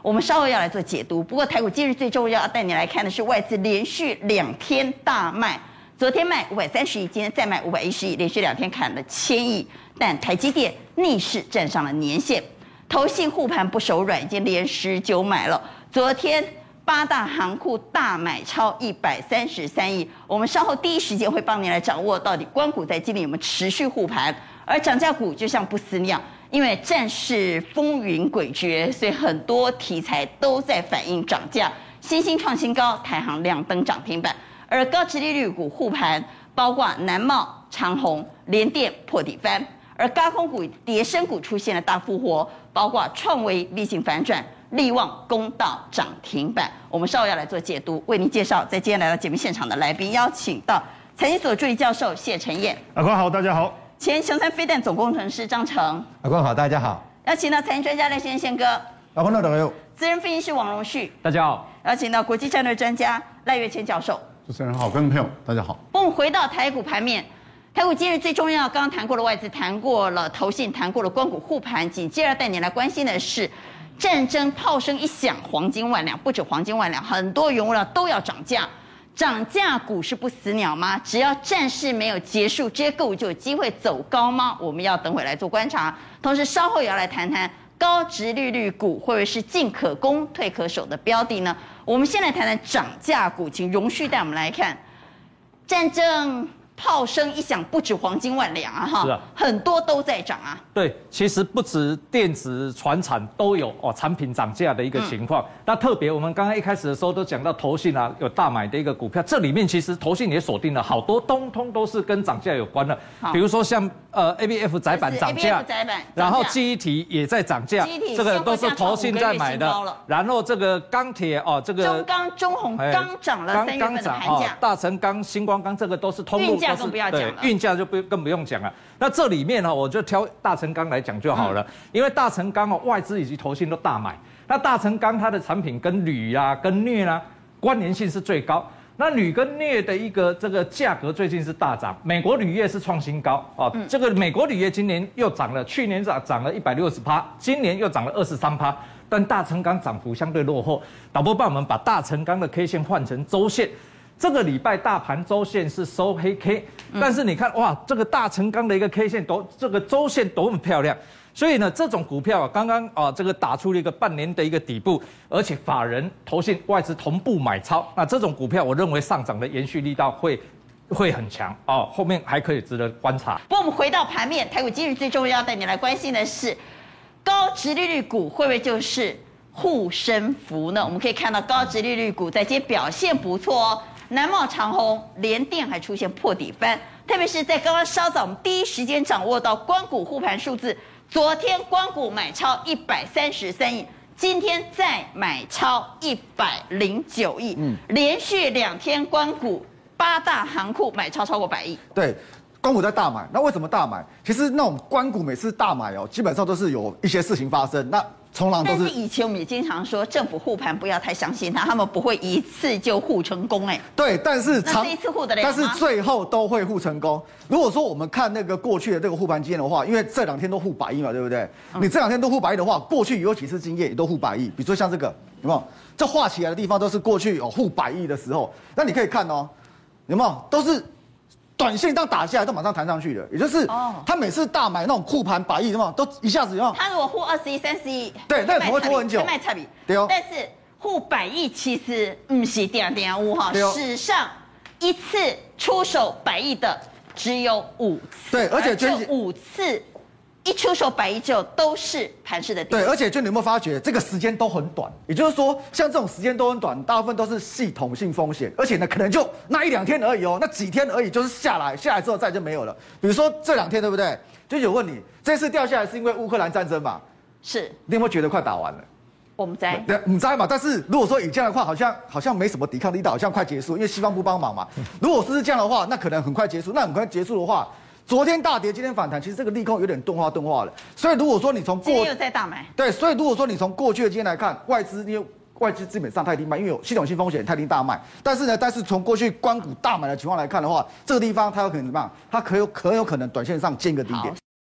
我们稍后要来做解读。不过台股今日最重要带你来看的是外资连续2天大卖，昨天卖530亿，今天再卖510亿，连续2天砍了1000亿。但台积电逆势站上了年线，投信护盘不手软，已经连19买了。昨天8大行库大买超133亿，我们稍后第一时间会帮您来掌握到底官股在今天有没有持续护盘，而涨价股就像不死鸟，因为战事风云诡谲，所以很多题材都在反映涨价。新兴创新高，台航亮灯涨停板，而高殖利率股护盘，包括南茂、长鸿、联电破底翻，而高空股、跌升股出现了大复活，包括创维逆境反转。力旺攻到涨停板，我们稍后要来做解读，为您介绍在今天来到节目现场的来宾，邀请到财经所助理教授谢承彦， 阿官好，大家好； 前雄三飞弹总工程师张成， 阿官好，大家好； 邀请到财经专家赖先生宪哥， 阿官大家好； 资深分析师王荣旭， 大家好； 邀请到国际战略专家赖岳谦教授。 主持人好，观众朋友大家好。 我们回到台股盘面，台股今日最重要，刚刚谈过了外资，谈过了投信，谈过了官股护盘，紧接着带你来关心的是。战争炮声一响，黄金万两，不止黄金万两，很多原物料都要涨价。涨价股是不死鸟吗？只要战事没有结束，这些个股就有机会走高吗？我们要等会来做观察。同时稍后也要来谈谈高殖利率股会不会是进可攻退可守的标的呢？我们先来谈谈涨价股，请荣旭带我们来看战争。炮声一响，不止黄金万两啊！哈， 是啊， 很多都在涨啊。 对，其实不止电子、传产都有产品涨价的一个情况。那特别我们刚刚一开始的时候都讲到投信啊，有大买的一个股票，这里面其实投信也锁定了好多，通通都是跟涨价有关的。比如说像ABF 载板涨价，然后记忆体也在涨价，这个都是投信在买的。然后这个钢铁这个中钢、中红刚涨了3月份的盘价， 大成钢、星光钢这个都是通路。 更不要讲了， 运价就更不用讲了。那这里面我就挑大成钢来讲就好了，因为大成钢外资以及投信都大买。那大成钢它的产品跟铝啊、跟镍啊关联性是最高。那铝跟镍的一个这个价格最近是大涨，美国铝业是创新高这个美国铝业今年又涨了，去年涨了160%，今年又涨了23%，但大成钢涨幅相对落后。导播帮我们把大成钢的 K 线换成周线。这个礼拜大盘周线是收黑 K，但是你看哇，这个大成钢的一个 K 线这个周线多么漂亮，所以呢，这种股票刚刚这个打出了一个半年的一个底部，而且法人、投信、外资同步买超，那这种股票我认为上涨的延续力道会很强后面还可以值得观察。 不过我们回到盘面，台股今日最重要带你来关心的是高殖利率股会不会就是护身符呢？我们可以看到高殖利率股在今天表现不错哦。南茂、长鸿、联电还出现破底翻，特别是在刚刚稍早，我们第一时间掌握到官股护盘数字。昨天官股买超133亿，今天再买超109亿，连续2天官股8大行库买超超过100亿。 对。官股在大买，那为什么大买？其实那种官股每次大买基本上都是有一些事情发生。那从来都是。 但是以前我们也经常说，政府护盘不要太相信他们不会一次就护成功对，但是这一次护得了吗？ 但是最后都会护成功。如果说我们看那个过去的这个护盘经验的话，因为这2天都护100亿嘛，对不对？你这2天都护100亿的话，过去有几次经验也都护100亿。比如说像这个，有没有？这画起来的地方都是过去护100亿的时候。那你可以看有没有？都是。短线当打下来都马上弹上去的，也就是他每次大买那种护盘100亿，什么都一下子他如果护20亿、30亿， 对，那可能会拖很久。 卖差别， 对但是护100亿其实不是点史上一次出手100亿的只有5次， 对，而且这5次一出手100亿之后都是盘势的底。 对，而且你有没有发觉这个时间都很短？也就是说，像这种时间都很短，大部分都是系统性风险，而且呢，可能就那1-2天而已那几天而已，就是下来之后再就没有了。比如说这2天，对不对？就有问你，这次掉下来是因为乌克兰战争嘛？ 是。 你有没有觉得快打完了？ 我们在， 不在嘛？但是如果说以这样的话，好像没什么抵抗力道，好像快结束，因为西方不帮忙嘛。如果是这样的话，那可能很快结束。那很快结束的话。昨天大跌，今天反弹，其实这个利空有点钝化了。所以如果说你从今天又在大买， 对，所以如果说你从过去的经验来看，外资基本上太低卖，因为有系统性风险，太低大卖。但是从过去官股大买的情况来看的话，这个地方它有可能怎么样？它很有可能短线上见个低点。